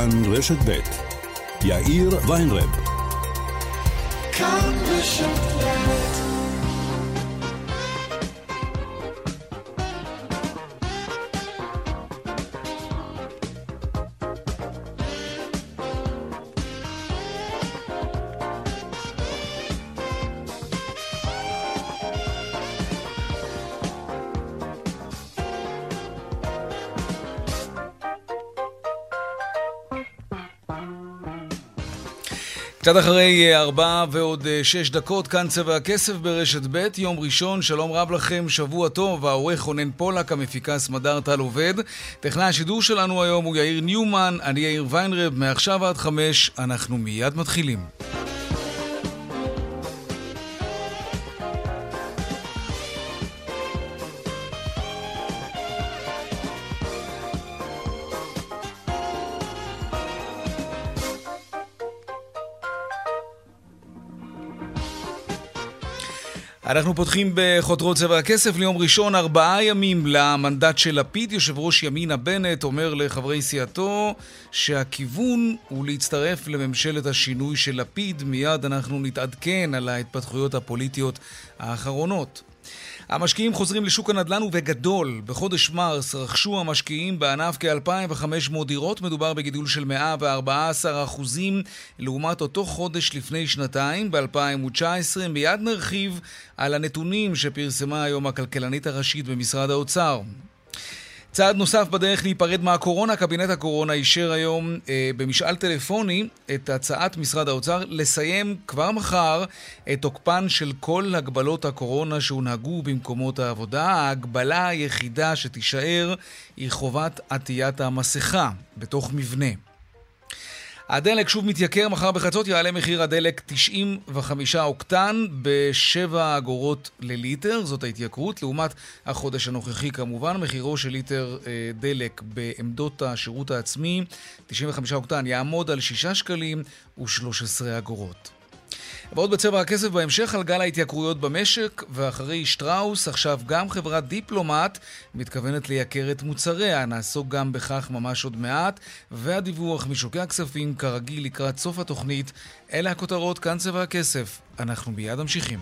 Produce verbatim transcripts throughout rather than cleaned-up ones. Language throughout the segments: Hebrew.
כאן רשת ב' יאיר ויינרב. כאן רשת ב'. קצת אחרי ארבע ועוד שש דקות, כאן צבע הכסף ברשת ב', יום ראשון, שלום רב לכם, שבוע טוב, העורך רונן פולק, המפיקה סמדר טל עובד. טכנאי השידור שלנו היום הוא יאיר ניומן, אני יאיר ויינרב, מעכשיו עד חמש, אנחנו מיד מתחילים. אנחנו פותחים בחותרות צבע הכסף ליום ראשון, ארבעה ימים למנדט של לפיד. יושב ראש ימינה בנט אומר לחברי סיעתו שהכיוון הוא להצטרף לממשלת השינוי של לפיד. מיד אנחנו נתעדכן על ההתפתחויות הפוליטיות האחרונות. המשקיעים חוזרים לשוק הנדל"ן ובגדול. בחודש מרס רכשו המשקיעים בענף כ-אלפיים וחמש מאות דירות. מדובר בגידול של מאה וארבעה עשר אחוזים לעומת אותו חודש לפני שנתיים, ב-אלפיים תשע עשרה. מיד נרחיב על הנתונים שפרסמה היום הכלכלנית הראשית במשרד האוצר. צעד נוסף בדרך להיפרד מהקורונה. קבינט הקורונה אישר היום אה, במשאל טלפוני את הצעת משרד האוצר לסיים כבר מחר את תוקפן של כל הגבלות הקורונה שהונהגו במקומות העבודה. ההגבלה היחידה שתישאר היא חובת עטיית המסכה בתוך מבנה. הדלק שוב מתייקר, מחר בחצות יעלה מחיר הדלק תשעים וחמישה אוקטן בשבע אגורות לליטר. זאת ההתייקרות לעומת החודש הנוכחי כמובן. מחירו של ליטר אה, דלק בעמדות השירות העצמי תשעים וחמישה אוקטן יעמוד על שישה שקלים ושלוש עשרה אגורות. ועוד בצבע הכסף בהמשך על גל ההתייקרויות במשק, ואחרי שטראוס עכשיו גם חברת דיפלומט מתכוונת לייקר את מוצריה. נעסוק גם בכך ממש עוד מעט, והדיווח משוקי הכספים כרגיל לקראת סוף התוכנית. אלה הכותרות, כאן צבע הכסף. אנחנו מיד ממשיכים.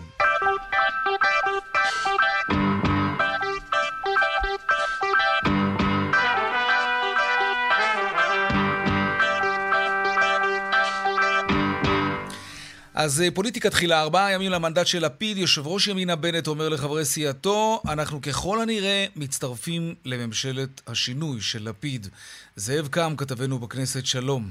אז פוליטיקה תחילה, ארבעה ימים למנדט של לפיד. יושב ראש ימינה בנט אומר לחברי סיעתו, אנחנו ככל הנראה מצטרפים לממשלת השינוי של לפיד. זאב קם, כתבנו בכנסת, שלום.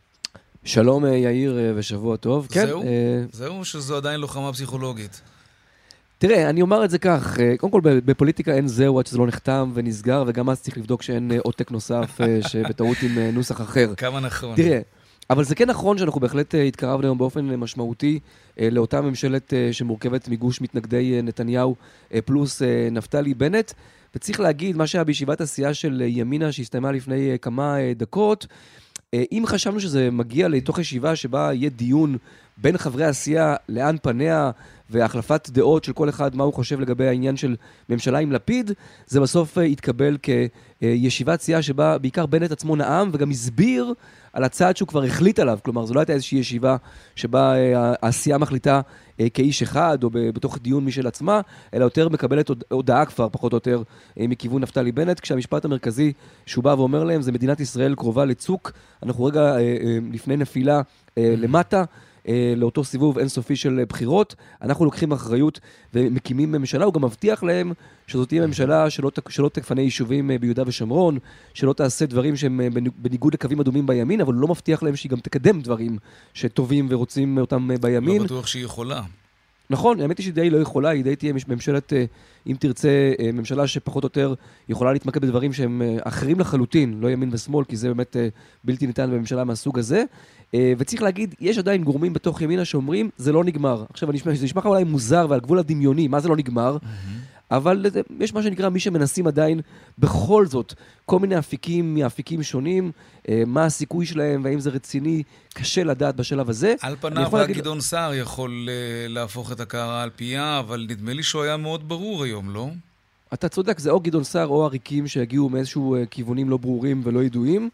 שלום יאיר ושבוע טוב. זהו? כן, זהו שזו עדיין לוחמה פסיכולוגית? תראה, אני אומר את זה כך, קודם כל בפוליטיקה אין זהו עד שזה לא נחתם ונסגר, וגם אז צריך לבדוק שאין עותק נוסף שבטעות עם נוסח אחר. כמה נכון. תראה, אבל זה כן נכון שאנחנו בהחלט התקרבנו היום באופן משמעותי לאותה ממשלת שמורכבת מגוש מתנגדי נתניהו פלוס נפתלי בנט, וצריך להגיד מה שהיה בישיבת הסיעה של ימינה שהסתיימה לפני כמה דקות, אם חשבנו שזה מגיע לתוך ישיבה שבה יהיה דיון בין חברי הסיעה לאן פניה והחלפת דעות של כל אחד מה הוא חושב לגבי העניין של ממשלה עם לפיד, זה בסוף התקבל כישיבת סיעה שבה בעיקר בנט עצמו נאם וגם הסביר על הצעד שהוא כבר החליט עליו. כלומר, זו לא הייתה איזושהי ישיבה שבה הסיעה מחליטה כאיש אחד או בתוך דיון משל עצמה, אלא יותר מקבלת הודעה כבר פחות או יותר מכיוון נפתלי בנט, כשהמשפט המרכזי שהוא בא ואומר להם זה מדינת ישראל קרובה לצוק, אנחנו רגע לפני נפילה למטה, לאותו סיבוב אינסופי של בחירות, אנחנו לוקחים אחריות ומקימים ממשלה. הוא גם מבטיח להם שזאת תהיה ממשלה שלא, שלא תפנה יישובים ביהודה ושומרון, שלא תעשה דברים שהם בניגוד לקווים אדומים בימין, אבל הוא לא מבטיח להם שהיא גם תקדם דברים שטובים ורוצים אותם בימין. לא בטוח שהיא יכולה. נכון, האמת היא שהיא די לא יכולה, היא די תהיה ממשלת, אם תרצה, ממשלה שפחות או יותר יכולה להתמקד בדברים שהם אחרים לחלוטין, לא ימין ושמאל, כי זה באמת בלתי ניתן בממשלה מהסוג הזה. וצריך להגיד, יש עדיין גורמים בתוך ימינה שאומרים, זה לא נגמר. עכשיו, זה נשמע אולי מוזר ועל גבול הדמיוני, מה זה לא נגמר? אבל יש מה שנקרא מי שמנסים עדיין בכל זאת, כל מיני אפיקים מאפיקים שונים, מה הסיכוי שלהם והאם זה רציני, קשה לדעת בשלב הזה. על פניו רק גדעון סער יכול להפוך את הקערה על פיה, אבל נדמה לי שהוא היה מאוד ברור היום, לא? אתה צודק, זה או גדעון סער או עריקים שהגיעו מאיזשהו כיוונים לא ברורים ולא ידועים.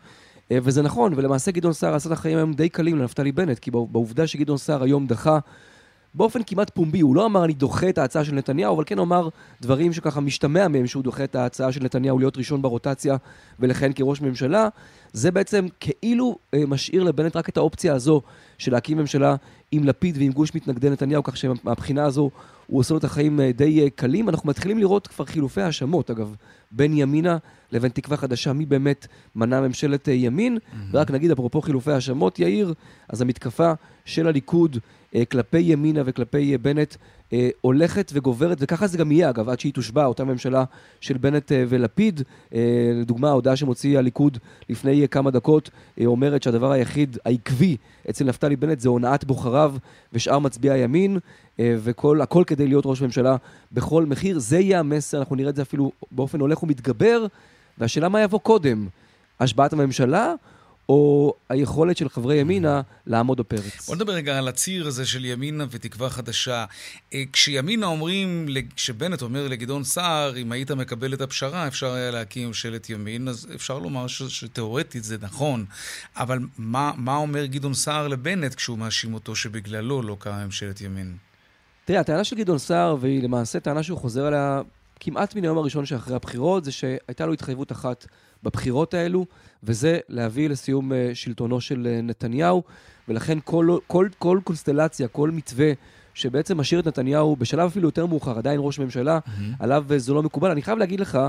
וזה נכון, ולמעשה גדעון סער עשה את החיים היום די קלים לנפתלי בנט, כי בעובדה שגדעון סער היום דחה באופן כמעט פומבי, הוא לא אמר אני דוחה את ההצעה של נתניהו, אבל כן אמר דברים שככה משתמע מהם שהוא דוחה את ההצעה של נתניהו להיות ראשון ברוטציה ולכן כראש ממשלה. זה בעצם כאילו אה, משאיר לבנט רק את האופציה הזו של להקים ממשלה עם לפיד ועם גוש מתנגדי נתניהו, כך שמהבחינה הזו הוא עושה לו את החיים אה, די אה, קלים. אנחנו מתחילים לראות כבר חילופי האשמות, אגב, בין ימינה לבין תקווה חדשה, מי באמת מנע ממשלת אה, ימין, mm-hmm. ורק נגיד אפרופו חילופי האשמות, יאיר, אז המתקפה של הליכוד אה, כלפי ימינה וכלפי אה, בנט אה, הולכת וגוברת, וככה זה גם יהיה אגב, עד שהיא תושבע, אותה ממשלה של בנט אה, ולפיד. אה, לדוגמה, ההודעה שמוציא הליכוד לפני אה, כמה דקות, אה, אומרת שהדבר היחיד העקבי אצל נפתלי בנט זה הונאת בוחריו ושאר מצביעי הימין, אה, וכל, הכל כדי להיות ראש ממשלה בכל מחיר. זה יהיה המסר, אנחנו נראה את זה אפילו באופן הולך ומתגבר, והשאלה מה יבוא קודם, השבעת הממשלה, או היכולת של חברי ימינה לעמוד בפרץ. בוא נדבר רגע על הציר הזה של ימינה ותקווה חדשה. כשימינה אומרים, שבנט אומר לגדעון סער, אם היית מקבל את הפשרה, אפשר היה להקים ממשלת ימין, אז אפשר לומר ש- שתיאורטית זה נכון. אבל מה, מה אומר גדעון סער לבנט כשהוא מאשים אותו שבגללו לא קמה ממשלת ימין? תראה, הטענה של גדעון סער, והיא למעשה טענה שהוא חוזר עליה כמעט מן היום הראשון שאחרי הבחירות, זה שהייתה לו התחייבות אחת בבחירות האלו, וזה להביא לסיום שלטונו של נתניהו, ולכן כל, כל, כל קונסטלציה, כל מתווה שבעצם משאיר את נתניהו בשלב אפילו יותר מאוחר, עדיין ראש ממשלה, mm-hmm. עליו זה לא מקובל. אני חייב להגיד לך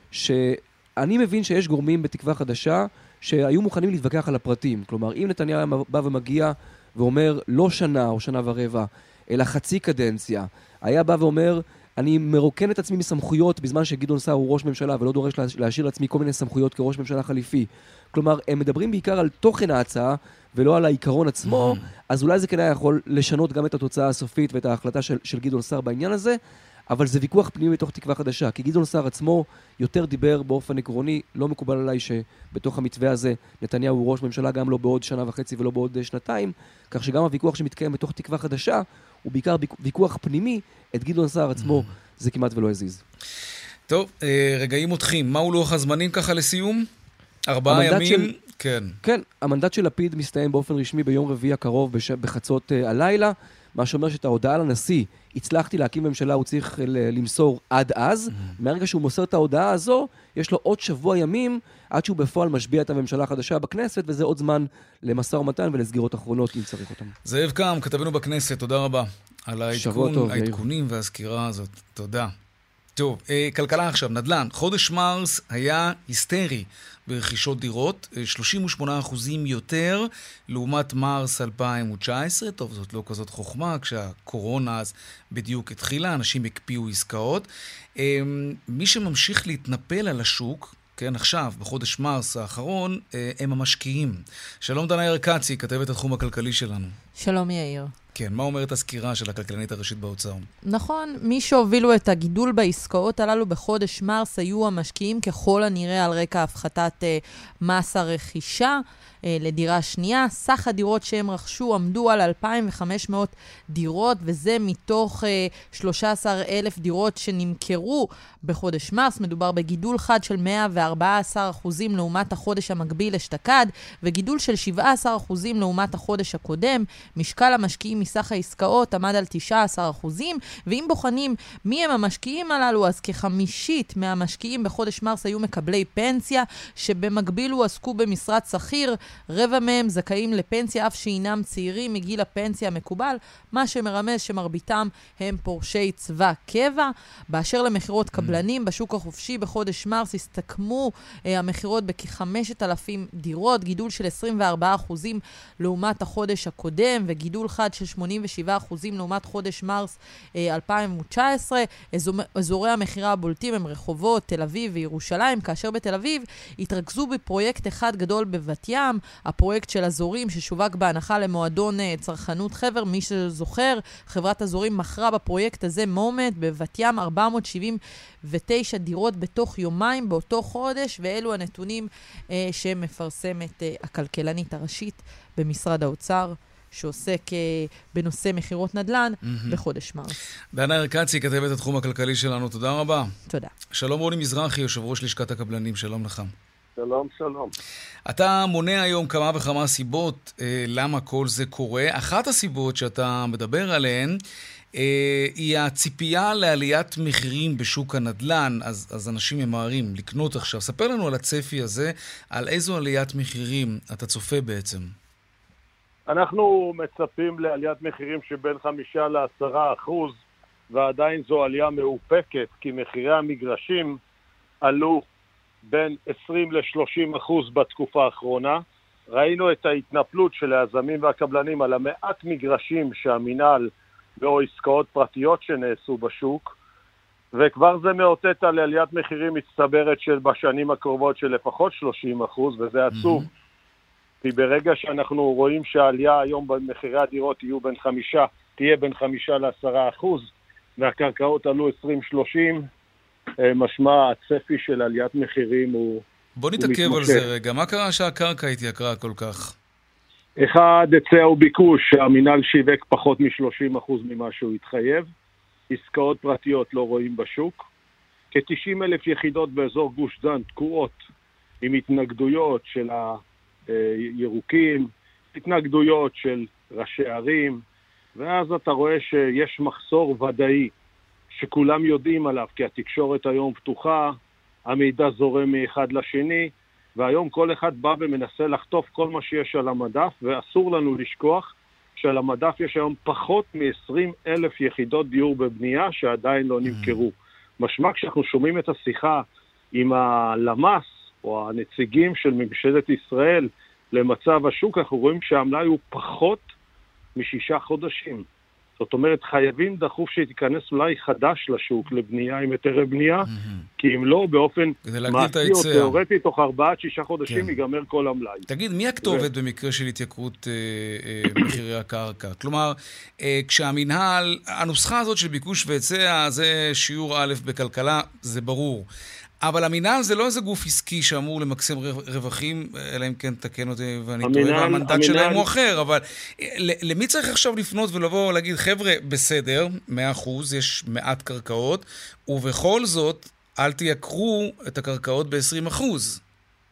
שאני מבין שיש גורמים בתקווה חדשה שהיו מוכנים להתווכח על הפרטים. כלומר, אם נתניהו בא ומגיע ואומר לא שנה או שנה ורבע, אלא חצי קדנציה, היה בא ואומר אני מרוקן את עצמי מסמכויות בזמן שגדעון סער הוא ראש ממשלה ולא דורש להשאיר לעצמי כל מיני סמכויות כראש ממשלה חליפי. כלומר, הם מדברים בעיקר על תוכן ההצעה ולא על העיקרון עצמו, אז אולי זה כדאי יכול לשנות גם את התוצאה הסופית ואת ההחלטה של, של גדעון סער בעניין הזה, אבל זה ויכוח פנימי בתוך תקווה חדשה, כי גדעון סער עצמו יותר דיבר באופן עקרוני, לא מקובל עליי שבתוך המתווה הזה נתניהו הוא ראש ממשלה גם לא בעוד שנה וחצי ולא בעוד שנתיים, כך שגם הוויכוח שמתקיים בתוך תקווה חדשה הוא בעיקר ויכוח פנימי, את גדעון סער עצמו זה כמעט ולא הזיז. טוב, רגעים מותחים, מהו לוח הזמנים ככה לסיום? ארבעה ימים? של... כן. כן, המנדט של לפיד מסתיים באופן רשמי ביום רביעי הקרוב בש... בחצות uh, הלילה, מה שאומר שאת ההודעה לנשיא, הצלחתי להקים ממשלה, הוא צריך למסור עד אז. Mm-hmm. מהרגע שהוא מוסר את ההודעה הזו, יש לו עוד שבוע ימים, עד שהוא בפועל משביע את הממשלה החדשה בכנסת, וזה עוד זמן למשא ומתן ולסגירות אחרונות, אם צריך אותם. זאב קם, כתבנו בכנסת, תודה רבה על העדכון, טוב, העדכונים יאיר. והסקירה הזאת. תודה. טוב, כלכלה עכשיו, נדל"ן. חודש מרס היה היסטרי ברכישות דירות, שלושים ושמונה אחוזים יותר לעומת מרס אלפיים תשע עשרה. טוב, זאת לא כזאת חוכמה, כשהקורונה אז בדיוק התחילה, אנשים הקפיאו עסקאות. מי שממשיך להתנפל על השוק, כן, עכשיו, בחודש מרס האחרון, הם המשקיעים. שלום דנה ירקצי, כתבת התחום הכלכלי שלנו. שלום יאיר. כן, מה אומרת הסקירה של הכלכלנית הראשית באוצר? נכון, מי שהובילו את הגידול בעסקאות הללו בחודש מרס היו המשקיעים ככל הנראה על רקע הפחתת אה, מס הרכישה אה, לדירה שנייה. סך הדירות שהם רכשו עמדו על אלפיים וחמש מאות דירות, וזה מתוך אה, שלושה עשר אלף דירות שנמכרו בחודש מרס. מדובר בגידול חד של מאה וארבעה עשר אחוזים לעומת החודש המקביל אשתקד, וגידול של שבעה עשר אחוזים לעומת החודש הקודם. משקל המשקיעים מסך העסקאות עמד על תשעה עשר אחוזים, ואם בוחנים מי הם המשקיעים הללו, אז כחמישית מהמשקיעים בחודש מרס היו מקבלי פנסיה, שבמקביל הוא עסקו במשרד שכיר. רבע מהם זכאים לפנסיה אף שאינם צעירים מגיל הפנסיה המקובל, מה שמרמז שמרביתם הם פורשי צבא קבע. באשר למחירות קבלנים, בשוק החופשי בחודש מרס הסתכמו אה, המחירות בכ-חמשת אלפים דירות, גידול של עשרים וארבעה אחוזים לעומת החודש הקודם, וגידול חד של שמונים ושבעה אחוזים לעומת חודש מרס אה, אלפיים תשע עשרה. אזור, אזורי המחירה הבולטים הם רחובות, תל אביב וירושלים, כאשר בתל אביב התרכזו בפרויקט אחד גדול בבת ים, הפרויקט של אזורים ששווק בהנחה למועדון אה, צרכנות חבר. מי שזוכר, חברת אזורים מכרה בפרויקט הזה מומנט בבת ים ארבע מאות שבעים ותשע דירות בתוך יומיים באותו חודש, ואלו הנתונים אה, שמפרסמת אה, הכלכלנית הראשית במשרד האוצר, שעוסק בנושא מחירות נדל"ן mm-hmm. בחודש מרס. דנה ירקצי, כתבת התחום הכלכלי שלנו, תודה רבה. תודה. שלום רוני מזרחי, יושב ראש לשכת הקבלנים, שלום לך. שלום, שלום. אתה מונה היום כמה וכמה סיבות אה, למה כל זה קורה. אחת הסיבות שאתה מדבר עליהן אה, היא הציפייה לעליית מחירים בשוק הנדל"ן, אז, אז אנשים ממהרים לקנות עכשיו. ספר לנו על הצפי הזה, על איזו עליית מחירים אתה צופה בעצם. אנחנו מצפים לעליית מחירים שבין חמישה לעשרה אחוז, ועדיין זו עלייה מאופקת, כי מחירי המגרשים עלו בין עשרים לשלושים אחוז בתקופה האחרונה. ראינו את ההתנפלות של היזמים והקבלנים על המעט מגרשים שהמינהל או עסקאות פרטיות שנעשו בשוק, וכבר זה מאותת על עליית מחירים מצטברת של בשנים הקרובות של לפחות שלושים אחוז, וזה עצוב. Mm-hmm. כי ברגע שאנחנו רואים שהעלייה היום במחירי הדירות יהיו בין חמישה, תהיה בין חמישה לעשרה אחוז, והקרקעות עלו עשרים שלושים, משמע הצפי של עליית מחירים הוא... בוא נתעכב על זה רגע. מה קרה שהקרקע התייקרה כל כך? אחד, היצע וביקוש, שהמינהל שיווק פחות מ-שלושים אחוז ממה שהוא התחייב. עסקאות פרטיות לא רואים בשוק. כ-תשעים אלף יחידות באזור גוש דן תקועות עם התנגדויות של הירוקים, התנגדויות של ראשי ערים, ואז אתה רואה שיש מחסור ודאי שכולם יודעים עליו, כי התקשורת היום פתוחה, המידע זורם מאחד לשני, והיום כל אחד בא ומנסה לחטוף כל מה שיש על המדף, ואסור לנו לשכוח שעל המדף יש היום פחות מ-עשרים אלף יחידות דיור בבנייה שעדיין לא נמכרו. משמע כשאנחנו שומעים את השיחה עם הלמ"ס, או הנציגים של ממשלת ישראל למצב השוק, אנחנו רואים שהמלאי הוא פחות משישה חודשים. זאת אומרת, חייבים דחוף שתיכנס אולי חדש לשוק לבנייה עם היתרי בנייה, כי אם לא, באופן מעשי או תיאורטי, תוך ארבעה עד שישה חודשים ייגמר כל המלאי. תגיד, מי הכתובת במקרה של התייקרות מחירי הקרקע? כלומר, כשהמינהל, הנוסחה הזאת של ביקוש והיצע, זה שיעור א' בכלכלה, זה ברור. אבל המינהל זה לא איזה גוף עסקי שאמור למקסם רווחים, אלא אם כן תקן אותי ואני טועה, והמנדט שלהם הוא אחר, אבל למי צריך עכשיו לפנות ולבוא ולהגיד, חבר'ה, בסדר, מאה אחוז, יש מעט קרקעות, ובכל זאת, אל תייקרו את הקרקעות ב-עשרים אחוז.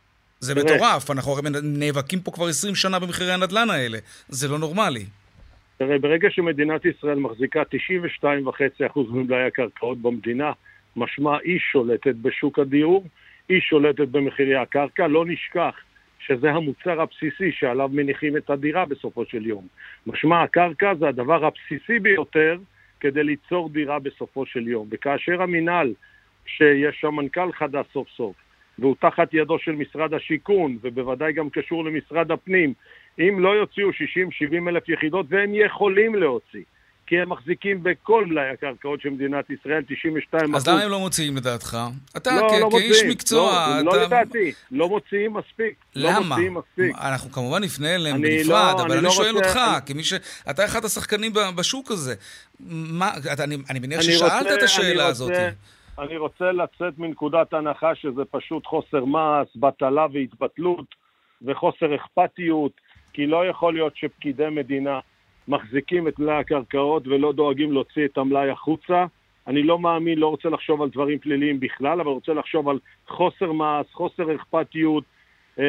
זה מטורף, אנחנו נאבקים פה כבר עשרים שנה במחירי הנדל"ן האלה, זה לא נורמלי. תראה, ברגע שמדינת ישראל מחזיקה תשעים ושתיים נקודה חמש אחוז ממלאי הקרקעות במדינה, משמע היא שולטת בשוק הדיור, היא שולטת במחירי הקרקע, לא נשכח שזה המוצר הבסיסי שעליו מניחים את הדירה בסופו של יום. משמע הקרקע זה הדבר הבסיסי ביותר כדי ליצור דירה בסופו של יום. וכאשר המינהל, שיש שם מנכ"ל חדש סוף סוף, והוא תחת ידו של משרד השיכון, ובוודאי גם קשור למשרד הפנים, אם לא יוציאו שישים שבעים אלף יחידות, והם יכולים להוציא, כי הם מחזיקים בכל מלאי הקרקעות של מדינת ישראל, תשעים ושתיים אחוז. אז למה הם לא מוציאים לדעתך? אתה לא, כ- לא כאיש מוציאים. מקצוע... לא, אתה... לא לדעתי, לא מוציאים מספיק. למה? לא מוציאים מספיק. אנחנו כמובן נפנה אליהם אני בנפרד, לא, אבל אני אני לא שואל רוצה... אותך, אני... כמי ש... אתה אחד השחקנים בשוק הזה. מה... אתה, אני, אני מניח אני ששאלת רוצה, את השאלה אני הזאת. רוצה, אני רוצה לצאת מנקודת הנחה שזה פשוט חוסר מעש, בטלה והתבטלות, וחוסר אכפתיות, כי לא יכול להיות שפקידי מדינה מחזיקים את מלאי הקרקעות ולא דואגים להוציא את המלאי החוצה. אני לא מאמין, לא רוצה לחשוב על דברים פליליים בכלל, אבל רוצה לחשוב על חוסר מעש, חוסר אכפתיות, אה,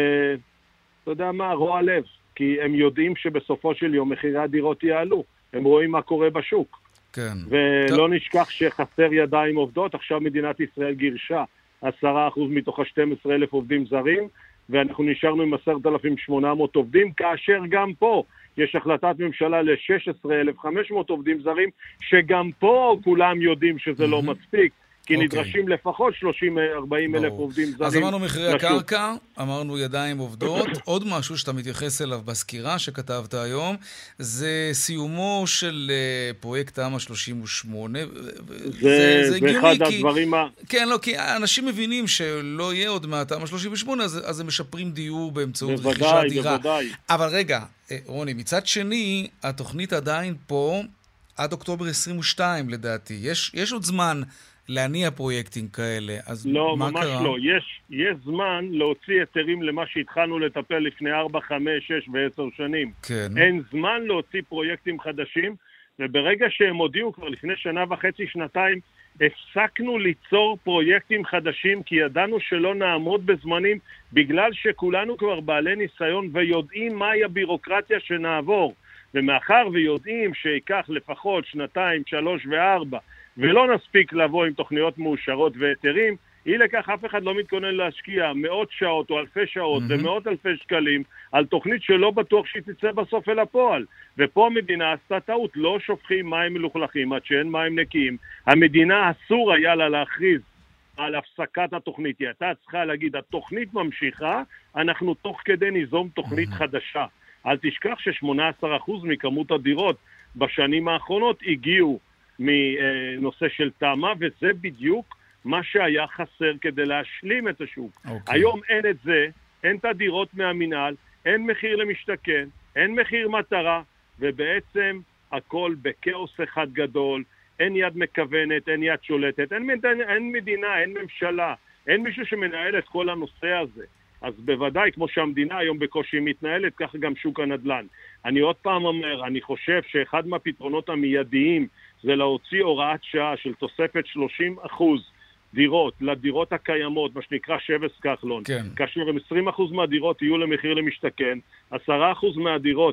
אתה יודע מה, רוע לב, כי הם יודעים שבסופו של יום מחירי הדירות יעלו, הם רואים מה קורה בשוק. כן. ולא טוב. נשכח שחסר ידיים עובדות, עכשיו מדינת ישראל גירשה עשרה אחוז מתוך ה-שנים עשר אלף עובדים זרים, ואנחנו נשארנו עם עשרת אלפים ושמונה מאות עובדים, כאשר גם פה יש החלטת ממשלה ל-שש עשרה אלף וחמש מאות עובדים זרים, שגם פה כולם יודעים שזה לא מספיק, כי נדרשים לפחות שלושים ארבעים אלף עובדים זרים. אז אמרנו מחירי הקרקע, אמרנו ידיים עובדות. עוד משהו שאתה מתייחס אליו בסקירה שכתבת היום, זה סיומו של פרויקט תמ"א שלושים ושמונה. זה אחד הדברים... כן, לא, כי אנשים מבינים שלא יהיה עוד מהתמ"א שלושים ושמונה, אז הם משפרים דיור באמצעות רכישת דירה. אבל רגע, רוני, מצד שני, התוכנית עדיין פה עד אוקטובר עשרים ושתיים לדעתי. יש, יש עוד זמן להניע פרויקטים כאלה, אז לא, מה ממש קרה? לא. יש, יש זמן להוציא היתרים למה שהתחלנו לטפל לפני ארבע, חמש, שש ועשר שנים. כן. אין זמן להוציא פרויקטים חדשים, וברגע שהם הודיעו כבר לפני שנה וחצי, שנתיים, הפסקנו ליצור פרויקטים חדשים כי ידענו שלא נעמוד בזמנים בגלל שכולנו כבר בעלי ניסיון ויודעים מהי הבירוקרטיה שנעבור. ומאחר ויודעים שיקח לפחות שנתיים, שלוש וארבע ולא נספיק לבוא עם תוכניות מאושרות והיתרים, אי לכך אף אחד לא מתכונן להשקיע מאות שעות או אלפי שעות mm-hmm. ומאות אלפי שקלים על תוכנית שלא בטוח שהיא תצא בסוף אל הפועל. ופה המדינה עשתה טעות, לא שופכים מים מלוכלכים עד שאין מים נקיים. המדינה אסור היה לה להכריז על הפסקת התוכנית. היא הייתה צריכה להגיד, התוכנית ממשיכה, אנחנו תוך כדי ניזום תוכנית mm-hmm. חדשה. אל תשכח ש-שמונה עשר אחוז מכמות הדירות בשנים האחרונות הגיעו מנושא של תאמה, וזה בדיוק מה שהיה חסר כדי להשלים את השוק. Okay. היום אין את זה, אין את הדירות מהמינהל, אין מחיר למשתכן, אין מחיר מטרה, ובעצם הכל בקאוס אחד גדול, אין יד מכוונת, אין יד שולטת, אין, אין, אין מדינה, אין ממשלה, אין מישהו שמנהל את כל הנושא הזה. אז בוודאי, כמו שהמדינה היום בקושי מתנהלת, ככה גם שוק הנדל"ן. אני עוד פעם אומר, אני חושב שאחד מהפתרונות המיידיים זה להוציא הוראת שעה של תוספת שלושים אחוז דירות לדירות הקיימות, מה שנקרא שבס כחלון. כן. כאשר עשרים אחוז מהדירות יהיו למחיר למשתכן, עשרה אחוז מהדירות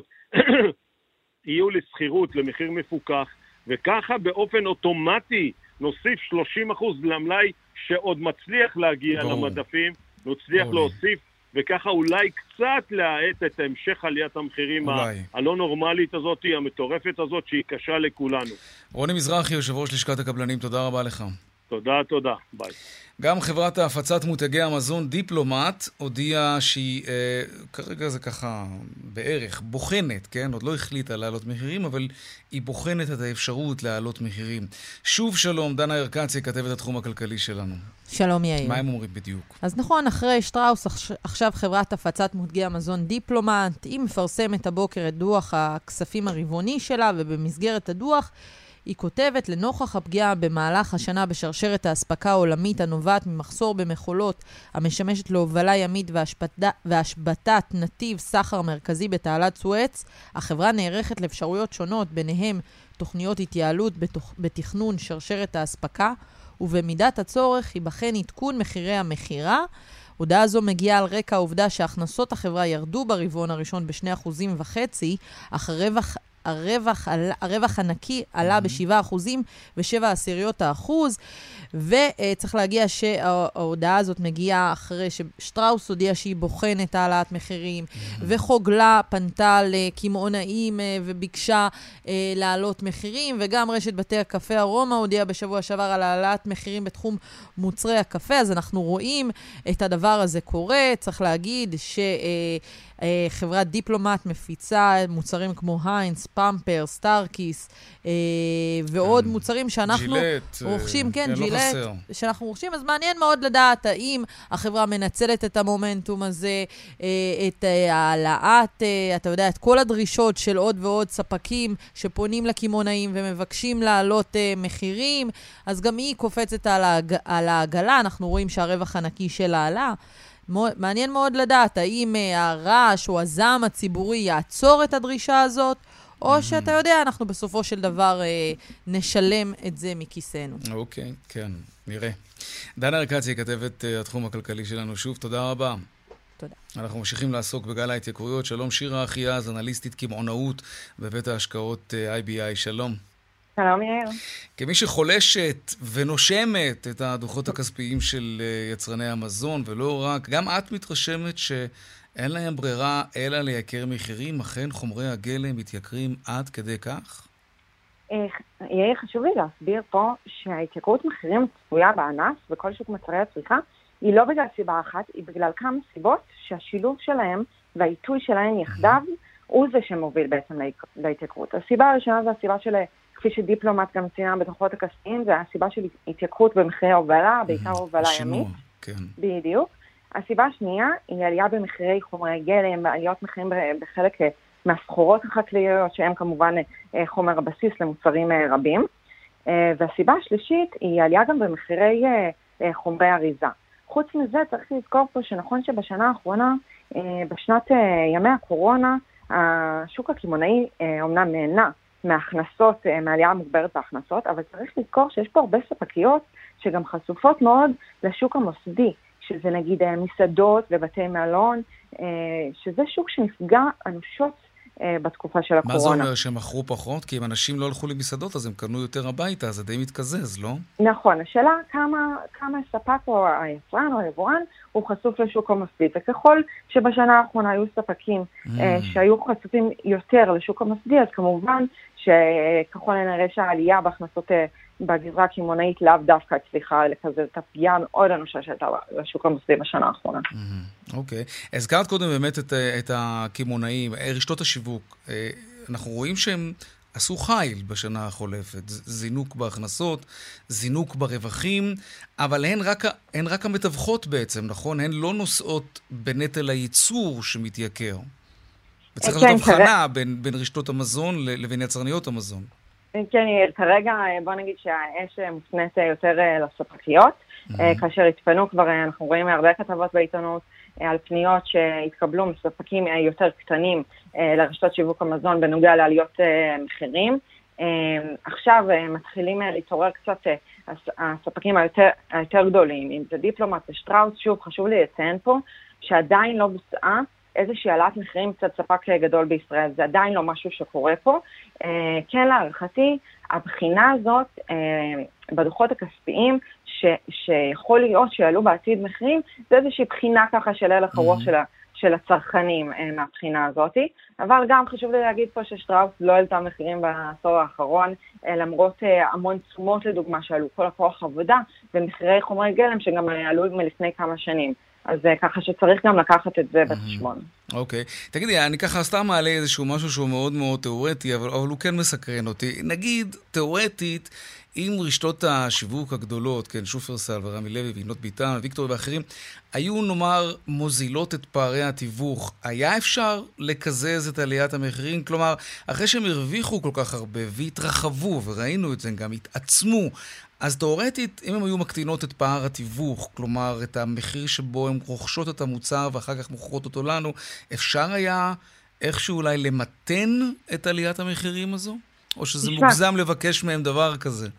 יהיו לסחירות למחיר מפוקח, וככה באופן אוטומטי נוסיף שלושים אחוז למלאי שעוד מצליח להגיע בוא. למדפים, נצליח בוא. להוסיף, וככה אולי קצת להאט את המשך עליית המחירים ה- הלא נורמלית הזאת, המטורפת הזאת, שהיא קשה לכולנו. רוני מזרחי, יושב ראש לשכת הקבלנים, תודה רבה לך. תודה, תודה. ביי. גם חברת ההפצת מותגי המזון דיפלומט הודיעה שהיא, אה, כרגע זה ככה בערך, בוחנת, כן? עוד לא החליטה להעלות מחירים, אבל היא בוחנת את האפשרות להעלות מחירים. שוב שלום, דנה ירקצי, כתבת התחום הכלכלי שלנו. שלום יאיר. מה הם אומרים בדיוק? אז נכון, אחרי שטראוס, עכשיו חברת הפצת מותגי המזון דיפלומט, היא מפרסמת הבוקר את דוח הכספים הרבעוני שלה, ובמסגרת הדוח, היא כותבת, לנוכח הפגיעה במהלך השנה בשרשרת האספקה העולמית הנובעת ממחסור במכולות המשמשת להובלה ימית והשבתת נתיב סחר מרכזי בתעלת סואץ, החברה נערכת לאפשרויות שונות, ביניהם תוכניות התייעלות בתוכ... בתכנון שרשרת האספקה, ובמידת הצורך ייבחן עדכון מחירי המחירה. הודעה זו מגיעה על רקע העובדה שהכנסות החברה ירדו ברבעון הראשון בשני אחוזים וחצי, אך הרווח הרווח, הרווח הנקי עלה בשבעה אחוזים ושבע עשיריות האחוז, וצריך להגיע שההודעה הזאת מגיעה אחרי ששטראוס הודיע שהיא בוחנת העלאת מחירים, וחוגלה פנתה לקמעונאים וביקשה להעלות מחירים, וגם רשת בתי הקפה ארומה הודיעה בשבוע שעבר על העלאת מחירים בתחום מוצרי הקפה, אז אנחנו רואים את הדבר הזה קורה. צריך להגיד ש... חברת דיפלומט מפיצה מוצרים כמו היינס, פמפר, סטארקיס, ועוד מוצרים שאנחנו רוכשים, כן, ג'ילט, שאנחנו רוכשים, אז מעניין מאוד לדעת האם החברה מנצלת את המומנטום הזה, את העלאת, אתה יודע, את כל הדרישות של עוד ועוד ספקים שפונים לכימונאים ומבקשים לעלות מחירים, אז גם היא קופצת על העגלה, אנחנו רואים שהרווח הנקי שלה עלה. מעניין מאוד לדעת, האם הרעש או הזעם הציבורי יעצור את הדרישה הזאת, או שאתה יודע, אנחנו בסופו של דבר נשלם את זה מכיסנו. אוקיי, כן, נראה. דנה ירקצי, כתבת התחום הכלכלי שלנו, שוב, תודה רבה. תודה. אנחנו ממשיכים לעסוק בגל ההתייקרויות. שלום שירה אחייז, אנליסטית קמעונאות בבית ההשקעות איי בי איי, שלום. שלום יאיר. כמי שחולשת ונושמת את הדוחות הכספיים של יצרני המזון, ולא רק, גם את מתרשמת שאין להם ברירה אלא לייקר מחירים, אכן חומרי הגלם מתייקרים עד כדי כך? יאיר, חשוב לי להסביר פה שההתייקרות מחירים צפויה בענף וכל שוק מוצרי הצריכה היא לא בגלל סיבה אחת, היא בגלל כמה סיבות שהשילוב שלהם והעיתוי שלהם יחדיו הוא זה שמוביל בעצם להתייקרות. הסיבה הראשונה זה הסיבה של... כפי שדיפלומט גם ציינה בדוחות הכספיים, זה הסיבה של התייקרות במחירי הובלה, בעיקר הובלה ימית. כן. בדיוק. הסיבה השנייה היא עלייה במחירי חומרי גלם, ועליות מחירים בחלק מהסחורות החקלאיות, שהם כמובן חומר הבסיס למוצרים רבים. והסיבה השלישית היא עלייה גם במחירי חומרי אריזה. חוץ מזה צריך לזכור פה שנכון שבשנה האחרונה, בשנת ימי הקורונה, השוק הקמעונאי אומנם נהנה מהכנסות, מעלייה מוגברת בהכנסות, אבל צריך לזכור שיש פה הרבה ספקיות שגם חשופות מאוד לשוק המוסדי, שזה נגיד מסעדות ובתי מלון, שזה שוק שנפגע אנושות בתקופה של הקורונה. מה זה אומר, שהם מכרו פחות? כי אם אנשים לא הלכו למסעדות, אז הם קנו יותר הביתה, אז זה די מתקזז, לא? נכון, השאלה כמה, כמה ספק או היצרן או היבואן הוא חשוף לשוק המוסדי, וככל שבשנה האחרונה היו ספקים mm. שהיו חשופים יותר לשוק המוסדי, אז כמובן שככל הנראה שהעלייה בהכנסות בגזרה הקמעונאית לאו דווקא הצליחה לקזז את הפגיעה מאוד אנושה שהייתה לשוק המוסדי בשנה האחרונה. אוקיי. הזכרת קודם באמת את, את הקמעונאים, רשתות השיווק. אנחנו רואים שהם עשו חיל בשנה החולפת, זינוק בהכנסות, זינוק ברווחים, אבל הן רק, הן רק המתווכות בעצם, נכון? הן לא נושאות בנטל הייצור שמתייקר. וצריך לעשות הבחנה בין, בין רשתות המזון לבין יצרניות המזון. כן, כרגע בוא נגיד שהאש מופנית יותר לספקיות, כאשר התפנו כבר, אנחנו רואים הרבה כתבות בעיתונות על פניות שהתקבלו מספקים יותר קטנים לרשתות שיווק המזון בנוגע לעליות מחירים. עכשיו מתחילים להתעורר קצת הספקים היותר, היותר גדולים, אם זה דיפלומט ושטראוס, שוב חשוב לי לציין פה שעדיין לא בוצעה איזושהי העלאת מחירים קצת ספק גדול בישראל, זה עדיין לא משהו שקורה פה. כן, להערכתי, הבחינה הזאת בדוחות הכספיים, ש, שיכול להיות שיעלו בעתיד מחירים, זה איזושהי בחינה ככה של הלך הרוח של, של הצרכנים מהבחינה הזאת, אבל גם חשוב לי להגיד פה ששטראוס לא העלתה מחירים בעשור האחרון, למרות המון תשומות לדוגמה שעלו, כל הכוח עבודה, ומחירי חומרי גלם שגם עלו מלפני כמה שנים. אז ככה שצריך גם לקחת את זה בחשבון. אוקיי. תגידי, אני ככה סתם מעלה איזשהו משהו שהוא מאוד מאוד תיאורטי, אבל, אבל הוא כן מסקרן אותי. נגיד, תיאורטית, אם רשתות השיווק הגדולות, כן, שופרסל ורמי לוי וינות ביטן, ויקטור ואחרים, היו נאמר מוזילות את פערי התיווך, היה אפשר לקזז את עליית המחירים? כלומר, אחרי שהם הרוויחו כל כך הרבה והתרחבו, וראינו את זה, גם התעצמו, אז תיאורטית, אם הם היו מקטינות את פער התיווך, כלומר, את המחיר שבו הם רוכשות את המוצר ואחר כך מוכרות אותו לנו, אפשר היה איכשהו אולי למתן את עליית המחירים הזו? או שזה תשמע, מוגזם לבקש מהם דבר כזה?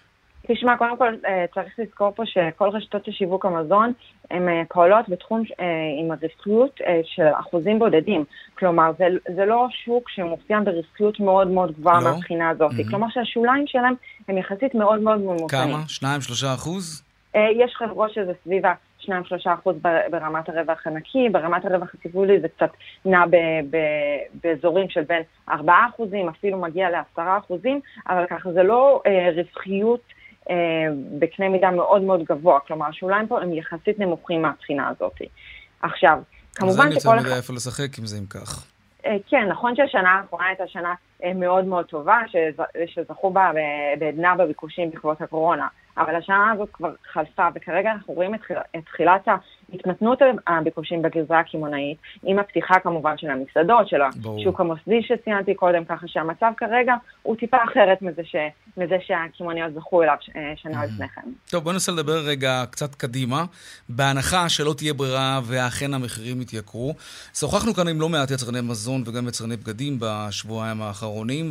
תשמע, קודם כל צריך לזכור פה שכל רשתות השיווק המזון הן פועלות בתחום עם הרווחיות של אחוזים בודדים. כלומר, זה, זה לא שוק שמאופיין ברווחיות מאוד מאוד גבוהה לא? מהבחינה הזאת. Mm-hmm. כלומר שהשוליים שלהם הם יחסית מאוד מאוד ממוצעים. כמה? שניים, שלושה אחוז? יש חברות שזה סביבה שניים, שלושה אחוז ברמת הרווח הנקי, ברמת הרווח הציבורי זה קצת נע ב- ב- באזורים של בין ארבעה אחוזים, אפילו מגיע לעשרה אחוזים, אבל ככה זה לא אה, רווחיות אה, בקנה מידה מאוד מאוד גבוה, כלומר השוליים פה הם יחסית נמוכים מהבחינה הזאת. עכשיו, כמובן שכל... אז אין יותר מדי איפה לשחק עם זה אם כך. כן, נכון שהשנה האחרונה הייתה שנה מאוד מאוד טובה, שזכו בה בעדנה בביקושים בעקבות הקורונה. אבל השנה הזאת כבר חלפה, וכרגע אנחנו רואים את תחילת ההתמתנות הביקושים בגזרה הקמעונאית, עם הפתיחה כמובן של המסעדות, של השוק המוסדי שציינתי קודם, ככה שהמצב כרגע הוא טיפה אחרת מזה, ש... מזה שהקמעוניות זכו אליו שנה לפני כן. טוב, בוא ננסה לדבר רגע קצת קדימה, בהנחה שלא תהיה ברירה ואכן המחירים יתייקרו. שוחחנו כאן עם לא מעט יצרני מזון וגם יצרני בגדים בשבועיים האחרונים,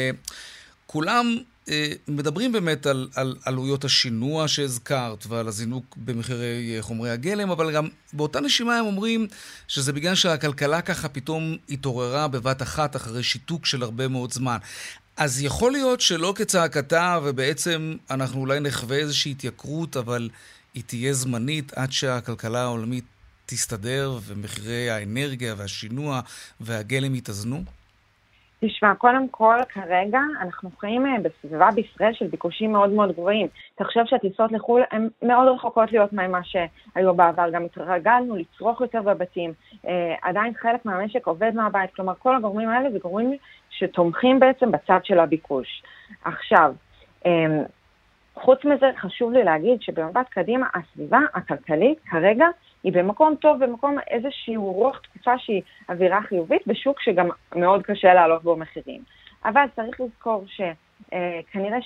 וכולם מדברים באמת על, על עלויות השינוע שהזכרת ועל הזינוק במחירי חומרי הגלם, אבל גם באותה נשימה הם אומרים שזה בגלל שהכלכלה ככה פתאום התעוררה בבת אחת אחרי שיתוק של הרבה מאוד זמן. אז יכול להיות שלא כצעקתה ובעצם אנחנו אולי נחווה איזושהי התייקרות, אבל היא תהיה זמנית עד שהכלכלה העולמית תסתדר ומחירי האנרגיה והשינוע והגלם יתאזנו? תשמע, קודם כל, כרגע אנחנו חיים בסביבה בישראל של ביקושים מאוד מאוד גבוהים. תחשב שהטיסות לחו"ל הן מאוד רחוקות להיות ממה שהיו בעבר. גם התרגלנו לצרוך יותר בבתים. אה, עדיין חלק מהמשק עובד מהבית. כלומר, כל הגורמים האלה זה גורמים שתומכים בעצם בצד של הביקוש. עכשיו, אה, חוץ מזה חשוב לי להגיד שבמבט קדימה הסביבה הכלכלית כרגע היא במקום טוב, במקום איזשהו רוח תקופה שהיא אווירה חיובית, בשוק שגם מאוד קשה לעלות בו מחירים. אבל צריך לזכור שכנראה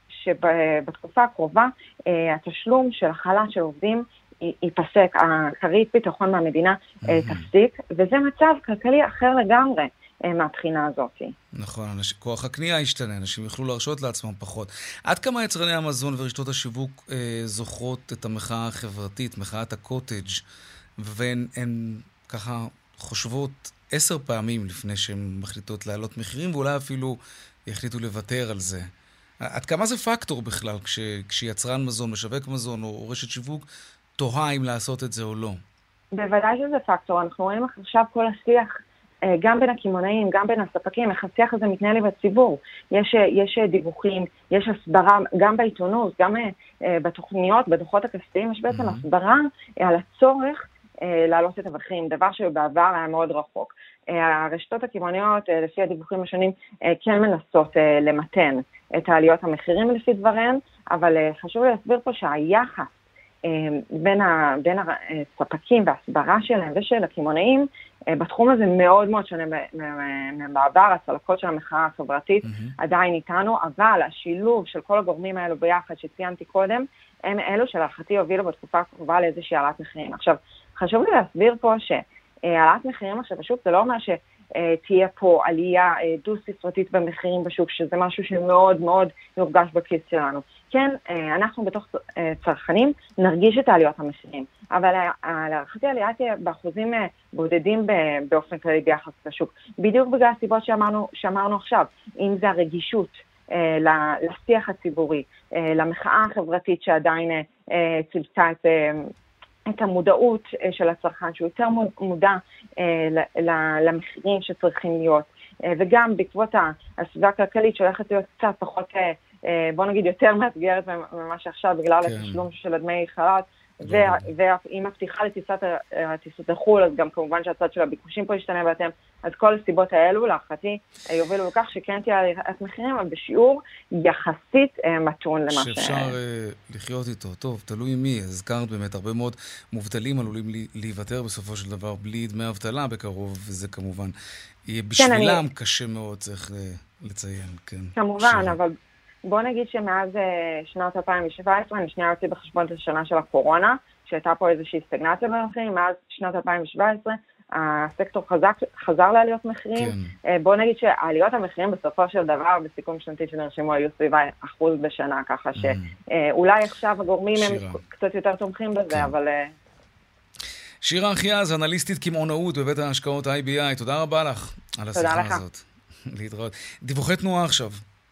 שבתקופה הקרובה התשלום של החל"ת של עובדים ייפסק, הכרית ביטחון מהמדינה תפסיק, וזה מצב כלכלי אחר לגמרי. מהבחינה הזאת. נכון, כוח הקנייה ישתנה, אנשים יוכלו להרשות לעצמם פחות. עד כמה יצרני המזון ורשתות השיווק אה, זוכרות את המחאה החברתית, מחאת הקוטג', והן הן, ככה חושבות עשר פעמים לפני שהן מחליטות להעלות מחירים, ואולי אפילו יחליטו לוותר על זה. עד כמה זה פקטור בכלל, כש, כשיצרן מזון, משווק מזון או, או רשת שיווק, תוהה אם לעשות את זה או לא? בוודאי שזה פקטור. אנחנו רואים עכשיו כל השיח, גם בין הכימונאים, גם בין הספקים, איך השיח הזה מתנהל עם הציבור. יש, יש דיווחים, יש הסברה, גם בעיתונות, גם בתוכניות, בדוחות הכספיים, יש בעצם mm-hmm. הסברה על הצורך להעלות את המחירים, דבר שבעבר היה מאוד רחוק. הרשתות הכימוניות, לפי הדיווחים השונים, כן מנסות למתן את העליות המחירים לפי דבריהן, אבל חשוב לי להסביר פה שהיחס בין, ה, בין הספקים והסברה שלהם ושל הכימונאים, בתחום הזה מאוד מאוד שונה מבעבר. הצלקות של המחאה החברתית mm-hmm. עדיין איתנו, אבל השילוב של כל הגורמים האלו ביחד שציינתי קודם, הם אלו שלהערכתי הובילו בתקופה הקרובה לאיזושהי העלאת מחירים. עכשיו, חשוב לי להסביר פה שהעלאת מחירים עכשיו בשוק, זה לא אומר שתהיה פה עלייה דו-ספרתית במחירים בשוק, שזה משהו שמאוד מאוד יורגש בכיס שלנו. כן, אנחנו בתוך צרכנים נרגיש את העליות המחירים, אבל להערכתי העלייה תהיה באחוזים בודדים באופן כללי ביחס לשוק. בדיוק בגלל הסיבות שאמרנו, שאמרנו עכשיו, אם זה הרגישות לשיח הציבורי, למחאה החברתית שעדיין צלצה את, את המודעות של הצרכן, שהוא יותר מודע למחירים שצריכים להיות, וגם בעקבות הסביבה הכלכלית שהולכת להיות קצת פחות, בוא נגיד יותר מאתגרת ממה שעכשיו בגלל כן. התשלום של הדמי חל"ת, ועם הפתיחה לטיסת הטיסות לחו"ל, אז גם כמובן שהצד של הביקושים פה ישתנה בהתאם, אז כל הסיבות האלו להערכתי יובילו לכך שכן תהיה עליית מחירים, אבל בשיעור יחסית מתון למה ש... שאפשר לחיות איתו. טוב, תלוי מי. הזכרת באמת, הרבה מאוד מובטלים עלולים להיוותר בסופו של דבר בלי דמי אבטלה בקרוב, וזה כמובן יהיה בשבילם קשה מאוד, צריך לציין. כמובן, אבל... בוא נגיד שמאז שנת אלפיים שבע עשרה, אני שנייה יוצא בחשבון את השנה של הקורונה, שהייתה פה איזושהי סטגנציה במחירים, מאז שנת אלפיים שבע עשרה, הסקטור חזק, חזר לעליות מחירים. כן. בוא נגיד שהעליות המחירים בסופו של דבר, בסיכום שנתי שנרשמו, היו סביבה אחוז בשנה, ככה שאולי עכשיו הגורמים שירה. הם קצת יותר תומכים בזה, כן. אבל... שירה אחיאז, אנליסטית קמעונאות בבית ההשקעות איי בי איי, תודה רבה לך על השיחה הזאת. להתראות. דיווחי תנועה עכשיו.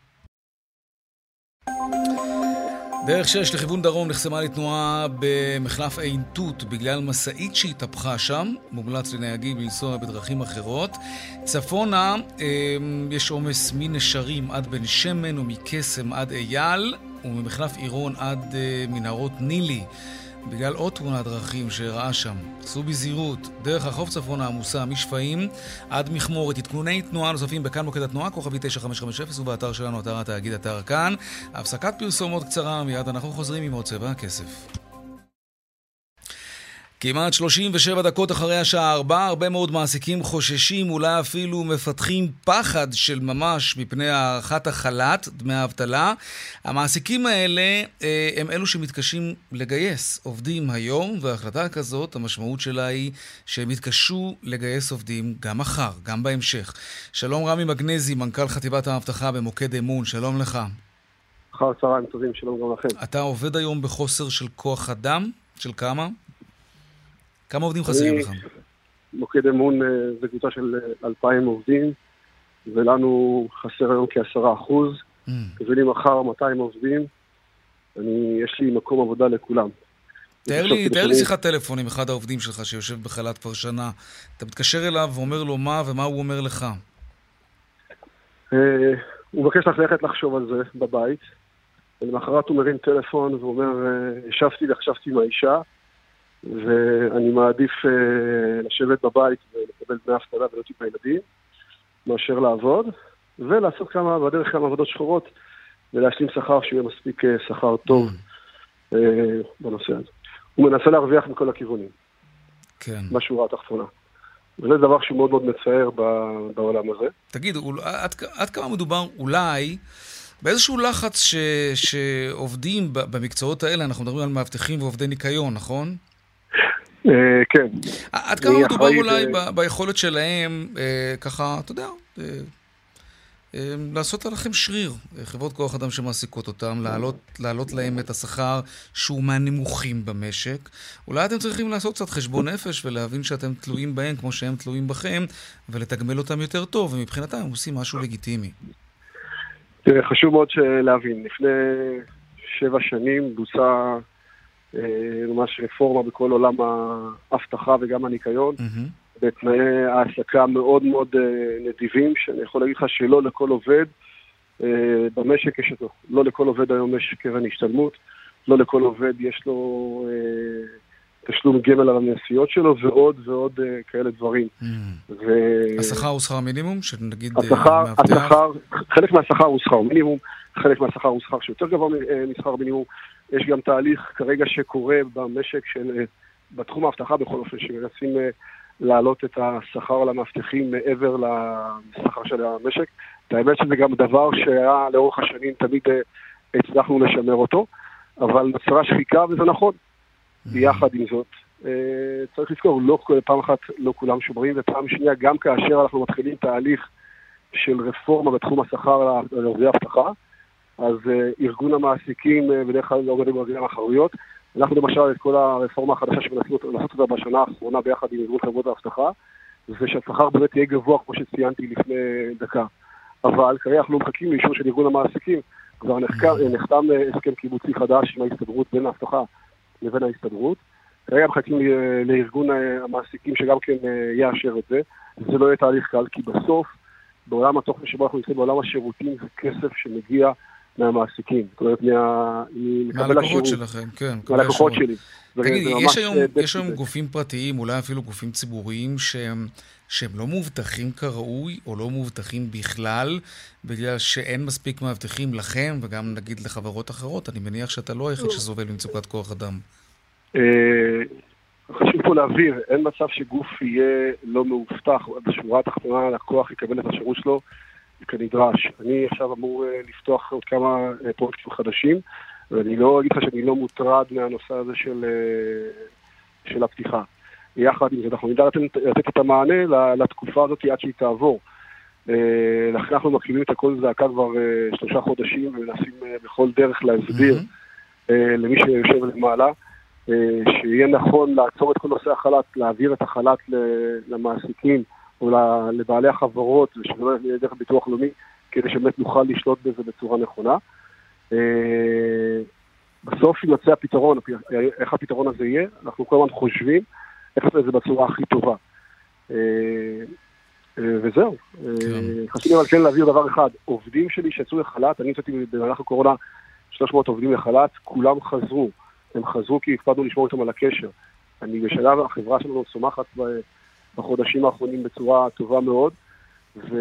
דרך שש לכיוון דרום נחסמה לתנועה במחלף עין תות בגלל מסעית שהתהפכה שם. מומלץ לנהגים לנסוע בדרכים אחרות. צפונה יש עומס מנשרים עד בן שמן ומקסם עד אייל, וממחלף עירון עד מנהרות נילי בגלל עוד תאונת דרכים שראה שם. סעו בזהירות. דרך החוף צפונה עמוסה משפעים עד מכמורת. עדכוני תנועה נוספים בכאן מוקד התנועה, כוכבי תשע חמש חמש אפס, ובאתר שלנו, אתר התאגיד, אתר כאן. הפסקת פרסומות קצרה, מיד אנחנו חוזרים עם עוד צבע הכסף. כמעט שלושים ושבע דקות אחרי השעה ארבע, הרבה מאוד מעסיקים חוששים, אולי אפילו מפתחים פחד של ממש מפני הארכת החל"ת, דמי האבטלה. המעסיקים האלה הם אלו שמתקשים לגייס עובדים היום, וההחלטה כזאת, המשמעות שלה היא שהם יתקשו לגייס עובדים גם מחר, גם בהמשך. שלום רמי מגנזי, מנכ"ל חטיבת האבטחה במוקד אמון, שלום לך. אחר צהריים טובים, שלום גם לכם. אתה עובד היום בחוסר של כוח אדם? של כמה? כמה עובדים חסרים לך? מוקד אמון זה קבוצה של אלפיים עובדים, ולנו חסר היום כעשרה אחוז. כבלי מחר מאתיים עובדים, אני, יש לי מקום עבודה לכולם. תאר לי, תאר לי שיחת טלפון עם אחד העובדים שלך שיושב בחל"ת כבר שנה. אתה מתקשר אליו ואומר לו מה ומה הוא אומר לך? הוא מבקש לך ללכת לחשוב על זה בבית, ולמחרת הוא מרים טלפון ואומר, ישבתי וחשבתי עם האישה, ואני מעדיף uh, לשבת בבית ולקבל דמי אבטלה ולהוציא את הילדים, מאשר לעבוד, ולעשות כמה, בדרך כמה עבודות שחורות, ולהשלים שכר שיהיה מספיק uh, שכר טוב uh, בנושא הזה. הוא מנסה להרוויח מכל הכיוונים. כן. בשורה התחתונה. וזה דבר שהוא מאוד מאוד מצער בעולם הזה. תגיד, עד, עד כמה מדובר אולי באיזשהו לחץ ש, שעובדים במקצועות האלה, אנחנו מדברים על מאבטחים ועובדי ניקיון, נכון? כן. עד כמה מדובר אולי ביכולת שלהם, ככה, אתה יודע, לעשות עליכם שריר, חברות כוח אדם שמעסיקות אותם, להעלות, להעלות להם את השכר שהוא מהנמוכים במשק. אולי אתם צריכים לעשות קצת חשבון נפש ולהבין שאתם תלויים בהם כמו שהם תלויים בכם, ולתגמל אותם יותר טוב, ומבחינתם הם עושים משהו לגיטימי. תראה, חשוב מאוד להבין, לפני שבע שנים בוצעה ממש רפורמה בכל עולם ההבטחה וגם הניקיון, mm-hmm. בתנאי העסקה מאוד מאוד נדיבים, שאני יכול להגיד לך שלא לכל עובד במשק יש אותו. לא לכל עובד היום יש קרן השתלמות, לא לכל עובד יש לו תשלום גמל על הנסיעות שלו, ועוד ועוד כאלה דברים. Mm. ו... השכר הוא שכר מינימום? שנגיד השכר, השכר, חלק מהשכר הוא שכר מינימום, חלק מהשכר הוא שכר שיותר גבוה משכר מינימום. יש גם תהליך כרגע שקורה במשק של, בתחום ההבטחה בכל אופן, שמנסים להעלות את השכר למאבטחים מעבר לשכר של המשק. האמת שזה גם דבר שהיה לאורך השנים תמיד הצלחנו לשמר אותו, אבל נוצרה שחיקה וזה נכון. ביחד עם זאת, צריך לזכור, לא, פעם אחת לא כולם שומרים, ופעם שנייה גם כאשר אנחנו מתחילים תהליך של רפורמה בתחום השכר לעובדי הבטחה, אז ארגון המעסיקים בדרך כלל לא עובדים ברגליים האחוריות. אנחנו למשל את כל הרפורמה החדשה שמנסים לעשות אותה בשנה האחרונה ביחד עם ארגון חברות ההבטחה, זה שהשכר באמת יהיה גבוה כמו שציינתי לפני דקה. אבל כרגע אנחנו מחכים לאישור של ארגון המעסיקים, כבר נחתם הסכם קיבוצי חדש עם ההסתדרות בין ההבטחה לבין ההסתדרות. כרגע מחכים לארגון המעסיקים שגם כן יאשר את זה. זה לא יהיה תהליך קל, כי בסוף, בעולם התוכן שבו אנחנו נמצאים, בעולם השירותים זה כסף שמגיע מהמעסיקים. זאת אומרת, מהלקוחות שלכם, כן. מהלקוחות שלי. תגיד, יש היום גופים פרטיים, אולי אפילו גופים ציבוריים, שהם שהם לא מובטחים כראוי, או לא מובטחים בכלל, בגלל שאין מספיק מאבטחים לכם, וגם נגיד לחברות אחרות. אני מניח שאתה לא היחיד שסובל במצוקת כוח אדם. חשוב פה להבהיר, אין מצב שגוף יהיה לא מאובטח, בשורה התחתונה הלקוח יקבל את השירות שלו כנדרש. אני עכשיו אמור לפתוח עוד כמה פרויקטים חדשים, ואני לא אגיד לך שאני לא מוטרד מהנושא הזה של, של הפתיחה. יחד עם זה, אנחנו נדע לתת, לתת את המענה לתקופה הזאת עד שהיא תעבור. לכן אנחנו מקריבים את הכל זעקה כבר שלושה חודשים, ומנסים בכל דרך להסביר mm-hmm. למי שיושב למעלה, שיהיה נכון לעצור את כל נושא החל"ת, להעביר את החל"ת למעסיקים, או לבעלי החברות, ושלא יהיה דרך ביטוח לאומי, כדי שבאמת נוכל לשלוט בזה בצורה נכונה. בסוף ימצא הפתרון, איך הפתרון הזה יהיה, אנחנו כל הזמן חושבים איך לעשות את זה בצורה הכי טובה. וזהו. חשוב לי אבל כן להעביר דבר אחד, עובדים שלי שיצאו לחל"ת, אני יצאתי במהלך הקורונה שלוש מאות עובדים לחל"ת, כולם חזרו. הם חזרו כי הקפדנו לשמור איתם על הקשר. אני בשלב, החברה שלנו צומחת בחודשים האחרונים בצורה טובה מאוד, וזה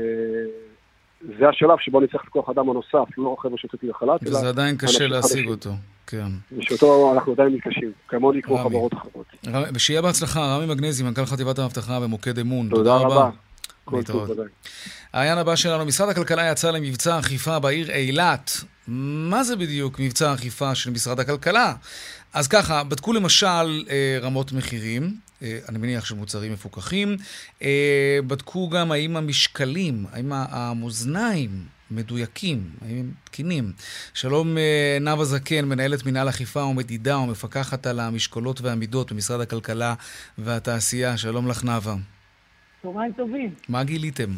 השלב שבו אני צריך לכוח אדם הנוסף, לא חבר'ה שיצאתי לחל"ת. וזה עדיין קשה להשיג אותו, כן. ושאותו אנחנו עדיין מתקשים, כמוני כמו חברות אחרות. ושיהיה בהצלחה, רמי מגנזי, מנכ"ל חטיבת האבטחה במוקד אמון. תודה רבה. העניין הבא שלנו, משרד הכלכלה יצא למבצע אכיפה בעיר אילת. מה זה בדיוק מבצע אכיפה של משרד הכלכלה? אז ככה, בדקו למשל רמות מחירים, אני מניח שמוצרים מפוקחים, בדקו גם האם המשקלים, האם המאזניים מדויקים, האם הם תקינים. שלום נאוה זקן, מנהלת מנהל אכיפה ומדידה ומפקחת על המשקולות והמידות במשרד הכלכלה והתעשייה. שלום לך נאוה. צהריים טובים. מה גיליתם?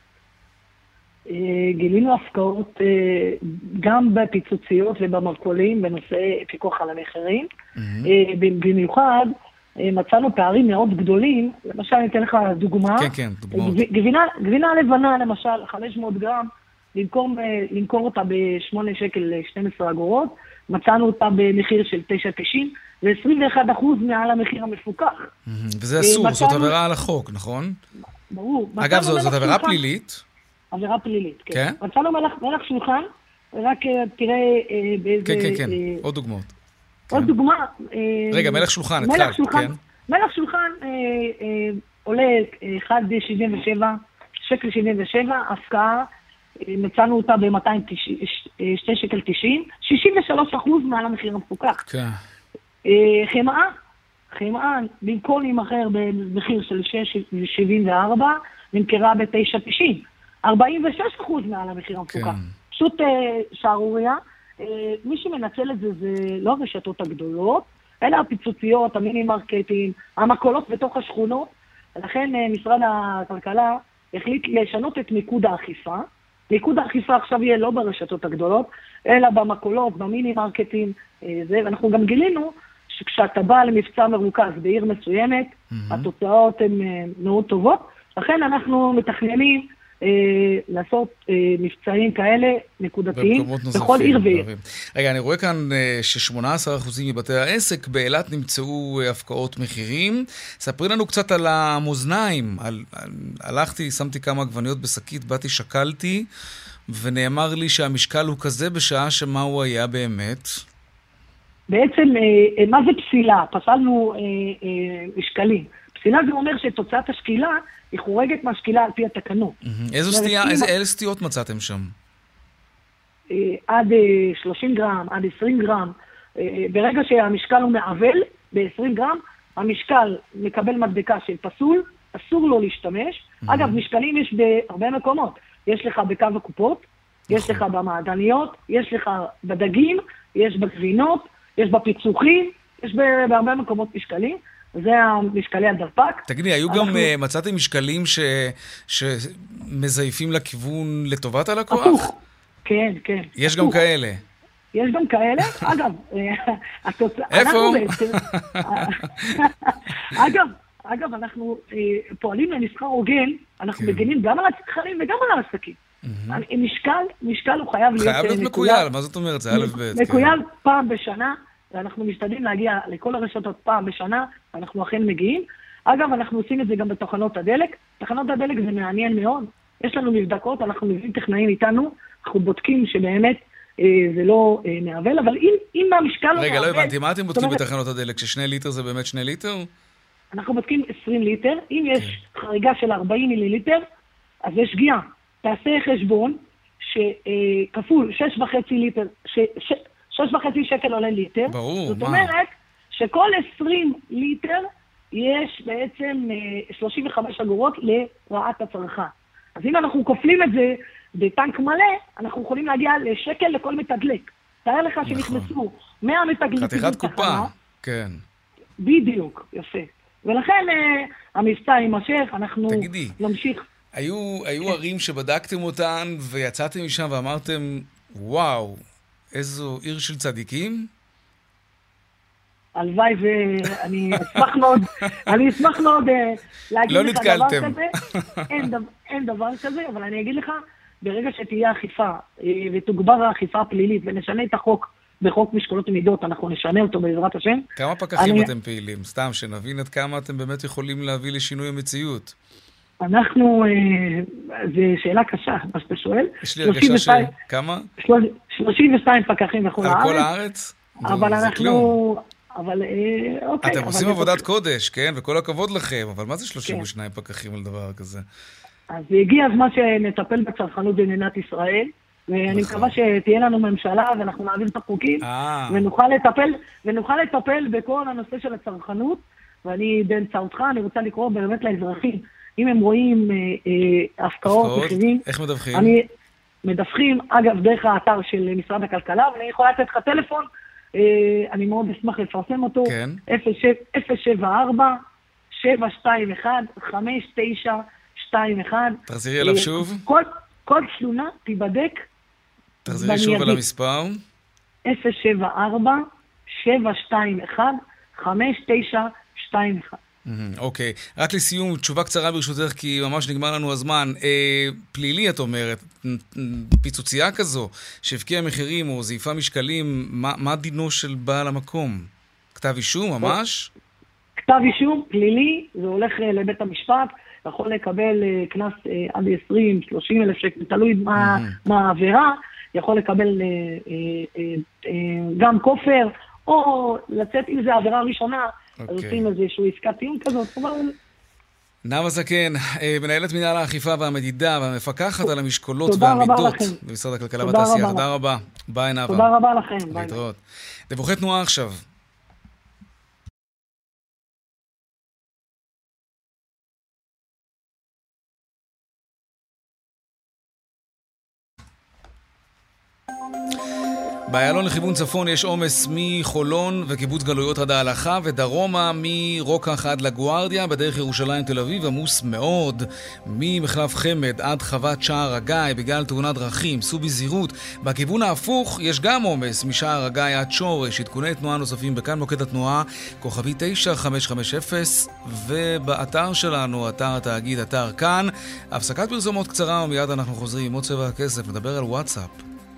גילינו הפקעות גם בפיצוציות ובמרכולים בנושא פיקוח על המחירים. במיוחד מצאנו פערים מאוד גדולים. למשל, אני אתן לך דוגמה. כן, כן, דוגמאות. גבינה לבנה, למשל, חמש מאות גרם, למכור אותה ב-שמונה שקל שתים עשרה אגורות, מצאנו אותה במחיר של תשע תשעים, זה עשרים ואחד אחוז מעל המחיר המפוקח. וזה אסור, זאת עבירה על החוק, נכון? ברור. אגב, זאת עבירה פלילית? עבירה פלילית, כן. מצאנו מלח שולחן, רק תראה באיזה... כן, כן, כן, עוד דוגמאות. עוד דוגמה... רגע, מלח שולחן, התחלת, כן? מלח שולחן עולה אחד שבעים ושבע, שקל שבעים ושבע, הפקעה, מצאנו אותה ב-מאתיים ושתיים שקל תשעים, שישים ושלושה אחוז מעל המחיר המפוקח. כן. חמאה, חמאה, במקום להימכר במחיר של שש שבעים וארבע, נמכרה ב-תשע תשעים. ארבעים ושש אחוז מעל המחיר המפוקח. כן. פשוט אה, שערוריה. אה, מי שמנצל את זה זה לא הרשתות הגדולות, אלא הפיצוציות, המיני-מרקטים, המקולות בתוך השכונות. לכן אה, משרד הכלכלה החליט לשנות את מיקוד האכיפה. מיקוד האכיפה עכשיו יהיה לא ברשתות הגדולות, אלא במקולות, במיני-מרקטים. אה, זה, ואנחנו גם גילינו שכשאתה בא למבצע מרוכז בעיר מסוימת, mm-hmm. התוצאות הן אה, מאוד טובות. לכן אנחנו מתכננים אה, לעשות אה, מבצעים כאלה נקודתיים בכל עיר ועיר. רגע, אני רואה כאן אה, ש-שמונה עשר אחוז מבתי העסק באילת נמצאו אה, הפקעות מחירים. ספרי לנו קצת על המאזניים. על, על, הלכתי, שמתי כמה עגבניות בשקית, באתי, שקלתי, ונאמר לי שהמשקל הוא כזה בשעה שמה הוא היה באמת. בעצם, אה, מה זה פסילה? פסלנו אה, אה, משקלים. פסילה זה אומר שתוצאת השקילה היא חורגת מהשקילה על פי התקנות. איזו סטייה, איזה סטיות מצאתם שם? עד שלושים גרם, עד עשרים גרם. ברגע שהמשקל הוא מעבל, ב-עשרים גרם, המשקל מקבל מדבקה של פסול, אסור לו להשתמש. אגב, משקלים יש בהרבה מקומות. יש לך בקו הקופות, יש לך במעדניות, יש לך בדגים, יש בגבינות, יש בפיצוחים, יש בהרבה מקומות משקלים. זה המשקלי הדרפק. תגידי, היו גם, מצאתם משקלים שמזייפים לכיוון לטובת הלקוח? הפוך. כן, כן. יש גם כאלה. יש גם כאלה. אגב, איפה? אגב, אגב, אנחנו פועלים למסחר הוגן, אנחנו מגנים גם על הצרכנים וגם על העסקים. משקל, משקל הוא חייב להיות... חייב להיות מקוייל, מה זאת אומרת? זה א' ב'. מקוייל פעם בשנה. ואנחנו משתדלים להגיע לכל הרשתות פעם בשנה, אנחנו אכן מגיעים. אגב, אנחנו עושים את זה גם בתחנות הדלק. תחנות הדלק זה מעניין מאוד. יש לנו מבדקות, אנחנו מביאים טכנאים איתנו, אנחנו בודקים שבאמת אה, זה לא אה, מעבל, אבל אם, אם המשקל לא... רגע, לא הבנתי, מה אתם בודקים בתחנות הדלק? ששני ליטר זה באמת שני ליטר? אנחנו בודקים עשרים ליטר. אם יש חריגה של ארבעים מיליליטר, אז יש שגיאה. תעשה חשבון שכפול שש וחצי ליטר, ש... ש... שש וחצי שקל עולה ליטר. ברור, זאת מה? אומרת שכל עשרים ליטר יש בעצם שלושים וחמש אגורות לרעת הצרכן. אז אם אנחנו כופלים את זה בטנק מלא, אנחנו יכולים להגיע לשקל לכל מתדלק. תאר לך שנכנסו מאה מתדלקים. חתיכת קופה, כן. בדיוק, יפה. ולכן המבצע יימשך, אנחנו תגידי, נמשיך. היו, היו ערים שבדקתם אותן ויצאתם משם ואמרתם, וואו, איזו עיר של צדיקים? הלוואי ואני אשמח מאוד, אני אשמח מאוד להגיד לך דבר כזה. אין, אין דבר כזה, אבל אני אגיד לך, ברגע שתהיה אכיפה ותוגבר האכיפה הפלילית ונשנה את החוק בחוק משקולות ומידות, אנחנו נשנה אותו בעזרת השם. כמה פקחים אני... אתם פעילים? סתם, שנבין עד כמה אתם באמת יכולים להביא לשינוי המציאות. אנחנו, זו שאלה קשה, מה שאתה שואל. יש לי הרגשה ש... כמה? שלושים ושתיים פקחים בכל הארץ. על כל הארץ? אבל אנחנו... אבל, אוקיי. אתם עושים עבודת קודש, כן? וכל הכבוד לכם, אבל מה זה שלושים ושניים פקחים על דבר כזה? אז הגיע הזמן שנטפל בצרכנות במדינת ישראל, ואני מקווה שתהיה לנו ממשלה, ואנחנו נעביר את החוקים, ונוכל לטפל, ונוכל לטפל בכל הנושא של הצרכנות, ואני באמצעותך, אני רוצה לקרוא באמת לאזרחים, אם הם רואים הפקעות, מחירים, איך מדווחים? אני מדווחים, אגב, דרך האתר של משרד הכלכלה, ואני יכולה לתת לך טלפון, אני מאוד אשמח לפרסם אותו, אפס שבע ארבע שבע שתיים אחד חמש תשע שתיים אחד. תחזירי עליו שוב. כל, כל תלונה תיבדק. תחזירי שוב על המספר. אפס שבע ארבע שבע שתיים אחד חמש תשע שתיים אחד. אוקיי, רק לסיום, תשובה קצרה ברשותך, כי ממש נגמר לנו הזמן. אה, פלילי, את אומרת, פיצוצייה כזו, שהפקיע מחירים או זייפה משקלים, מה, מה דינו של בעל המקום? כתב אישום, ממש? כתב אישום, פלילי, זה הולך לבית המשפט, יכול לקבל קנס עד עשרים שלושים אלף שקל, תלוי מה, מה העבירה, יכול לקבל אה, אה, אה, גם כופר, או לצאת אם זה העבירה הראשונה, אז עושים איזשהו עסקת טיעון כזאת, אבל... נאוה זקן, מנהלת מנהל האכיפה והמדידה והמפקחת על המשקולות והמידות במשרד הכלכלה והתעשייה. תודה רבה. ביי נאוה. תודה רבה לכם. להתראות. דיווחי תנועה עכשיו. באיילון לכיוון צפון יש עומס מחולון וקיבוץ גלויות עד ההלכה, ודרומה מרוקח עד לגוארדיה. בדרך ירושלים תל אביב עמוס מאוד ממחלף חמד עד חוות שער הגיא בגלל תאונת דרכים. סעו בזהירות. בכיוון ההפוך יש גם עומס משער הגיא עד שורש. עדכוני תנועה נוספים בכאן מוקד התנועה כוכבי תשע חמש חמש אפס, ובאתר שלנו, אתר התאגיד, אתר כאן. הפסקת פרסומות קצרה ומיד אנחנו חוזרים עם עוד צבע הכסף. נדבר על וואטסאפ.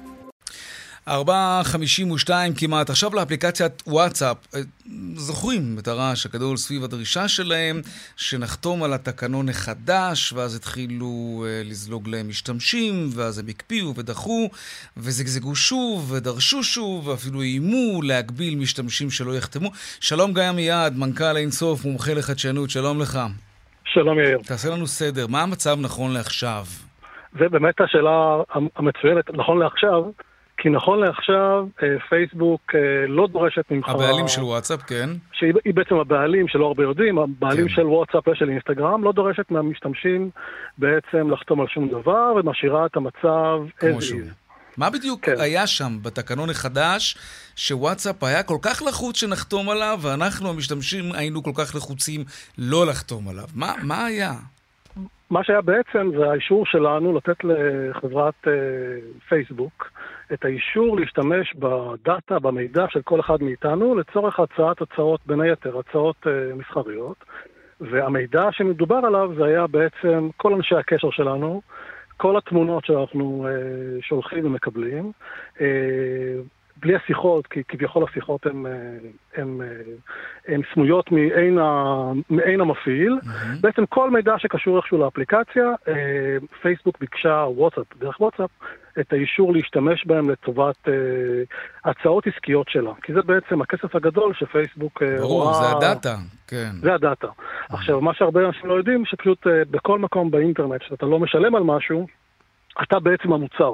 ארבע חמישים ושתיים כמעט. עכשיו לאפליקציית וואטסאפ. זוכרים את הרעש הגדול סביב הדרישה שלהם שנחתום על התקנון החדש, ואז התחילו לזלוג להם משתמשים, ואז הם הקפיאו ודחו וזגזגו שוב ודרשו שוב, ואפילו איימו להגביל משתמשים שלא יחתמו. שלום גיא מיד, מנכ"ל אינסוף, מומחה לחדשנות, שלום לך. שלום יאיר. תעשה לנו סדר, מה המצב נכון לעכשיו? זה באמת השאלה המצוינת, נכון לעכשיו, כי נכון לעכשיו פייסבוק לא דורשת ממך... הבעלים של וואטסאפ, כן. שהיא בעצם הבעלים, שלא הרבה יודעים, הבעלים כן. של וואטסאפ ושל אינסטגרם, לא דורשת מהמשתמשים בעצם לחתום על שום דבר, ומשאירה את המצב כמו שהוא. מה בדיוק כן. היה שם בתקנון החדש, שוואטסאפ היה כל כך לחוץ שנחתום עליו, ואנחנו המשתמשים היינו כל כך לחוצים לא לחתום עליו? מה, מה היה? מה שהיה בעצם זה האישור שלנו לתת לחברת uh, פייסבוק את האישור להשתמש בדאטה, במידע של כל אחד מאיתנו, לצורך הצעת הצעות, בין היתר, הצעות uh, מסחריות. והמידע שמדובר עליו זה היה בעצם כל אנשי הקשר שלנו, כל התמונות שאנחנו uh, שולחים ומקבלים, uh, בלי השיחות, כי כביכול השיחות הן, הן, הן סמויות מעין, ה, מעין המפעיל. Mm-hmm. בעצם כל מידע שקשור איכשהו לאפליקציה, פייסבוק ביקשה וואטסאפ, דרך וואטסאפ, את האישור להשתמש בהם לטובת הצעות עסקיות שלה. כי זה בעצם הכסף הגדול שפייסבוק ברור, רואה... זה הדאטה, כן. זה הדאטה. Mm-hmm. עכשיו, מה שהרבה אנשים לא יודעים, שפשוט בכל מקום באינטרנט, שאתה לא משלם על משהו, אתה בעצם המוצר.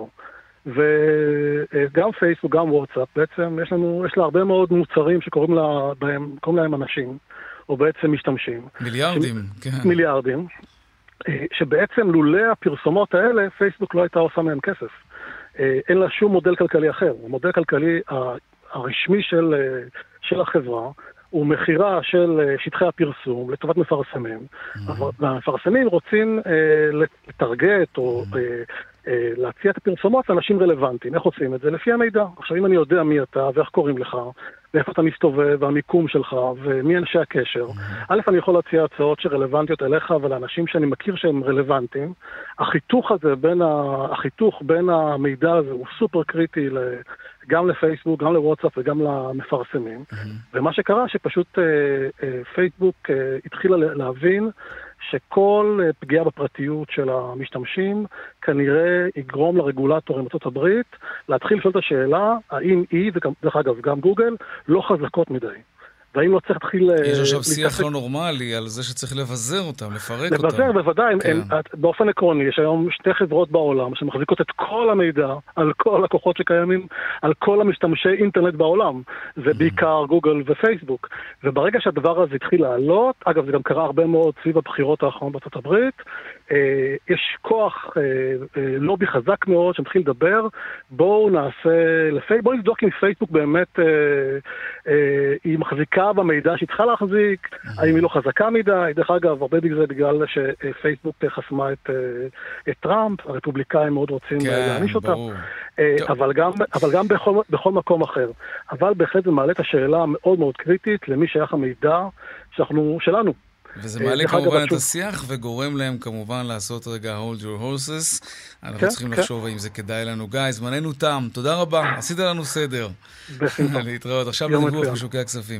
וגם פייסבוק, גם וואטסאפ, בעצם יש לנו, יש לה הרבה מאוד מוצרים שקוראים לה, בהם, קוראים להם אנשים, או בעצם משתמשים. מיליארדים, ש... כן. מיליארדים, שבעצם לולא הפרסומות האלה, פייסבוק לא הייתה עושה מהם כסף. אין לה שום מודל כלכלי אחר. המודל הכלכלי הרשמי של, של החברה, הוא מחירה של שטחי הפרסום לטובת מפרסמים. Mm-hmm. והמפרסמים רוצים לטרגט או... Mm-hmm. להציע את הפרסומות לאנשים רלוונטיים. איך עושים את זה? לפי המידע. עכשיו, אם אני יודע מי אתה ואיך קוראים לך, ואיפה אתה מסתובב, והמיקום שלך, ומי אנשי הקשר, א', אני יכול להציע הצעות שרלוונטיות אליך ולאנשים שאני מכיר שהם רלוונטיים. החיתוך הזה, בין ה... החיתוך בין המידע הזה הוא סופר קריטי גם לפייסבוק, גם לוואטסאפ וגם למפרסמים. ומה שקרה שפשוט פייסבוק התחילה להבין שכל פגיעה בפרטיות של המשתמשים כנראה יגרום לרגולטורים בארצות הברית להתחיל לשאול את השאלה האם היא, ודרך אגב גם גוגל, לא חזקות מדי. והאם לא צריך להתחיל... יש עכשיו שיח לא נורמלי על זה שצריך לבזר אותם, לפרק אותם. לבזר, בוודאי. באופן עקרוני, יש היום שתי חברות בעולם שמחזיקות את כל המידע על כל הלקוחות שקיימים, על כל המשתמשי אינטרנט בעולם. זה בעיקר גוגל ופייסבוק. וברגע שהדבר הזה התחיל לעלות, אגב, זה גם קרה הרבה מאוד סביב הבחירות האחרונות בארצות הברית, יש כוח לובי חזק מאוד שמתחיל לדבר, בואו נעשה... בואו נבדוק אם פייסבוק באמת היא מחזיקה במידע שהתחילה להחזיק, האם היא לא חזקה מדי. דרך אגב, הרבה בגלל בגלל שפייסבוק חסמה את, את טראמפ, הרפובליקאים מאוד רוצים להעניש אותה, אבל גם, אבל גם בכל, בכל מקום אחר. אבל בהחלט זה מעלה את השאלה המאוד מאוד קריטית למי שייך המידע שאנחנו, שלנו. וזה מעלה כמובן את השיח וגורם להם כמובן לעשות רגע hold your horses. אנחנו צריכים לחשוב האם זה כדאי לנו. גיא, זמננו תם. תודה רבה. עשית לנו סדר. בשמחה. להתראות. עכשיו לדיווח בשוקי הכספים.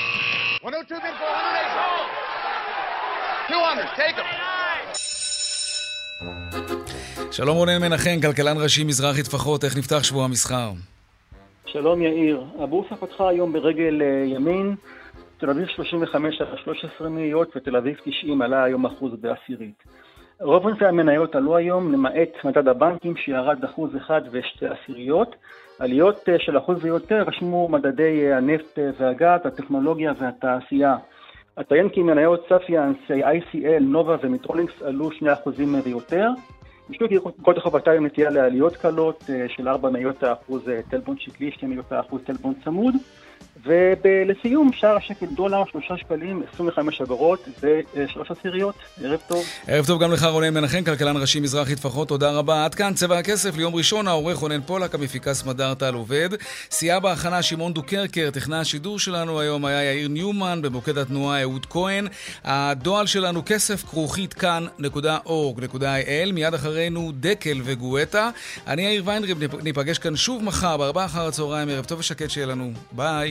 שלום רונן מנחם, כלכלן ראשי מזרחי טפחות. איך נפתח שבוע המסחר? שלום יאיר. הבורסה פתחה היום ברגל ימין. תל אביב שלושים וחמש על שלוש עשרה מאיות ותל אביב תשעים עלה היום אחוז בעשירית. רוב ענפי המניות עלו היום, למעט מדד הבנקים שירד אחוז אחד ושתי עשיריות. עליות של אחוז ויותר רשמו מדדי הנפט והגז, הטכנולוגיה והתעשייה. אציין כי מניות ספיאנס, איי סי אל, נובה ומיטרוניקס עלו שני אחוזים ויותר. משוק ירקות החובטה היום נטייה לעליות קלות של ארבע מאיות האחוז טלפון שקלי, שתי מאיות האחוז טלפון צמוד, ולסיום שער השקל דולר שלושה שקלים עשרים וחמש אגורות ושלוש עשיריות. ערב טוב. ערב טוב גם לך רונן מנחם, כלכלן ראשי מזרחי טפחות, תודה רבה. עד כאן צבע הכסף ליום ראשון, העורך רונן פולק, המפיקה סמדר טל עובד, סייע בהכנה שמעון דוקרקר, טכנאי השידור שלנו היום היה יאיר ניומן, במוקד התנועה אהוד כהן. הדואל שלנו כסף כרוכית כאן נקודה אורג נקודה איי אל, מיד אחרינו דקל וגואטה. אני יאיר ויינרב, ניפגש כאן שוב מחר בארבע אחר הצהריים. ערב טוב ושקט שיהיה לנו. ביי.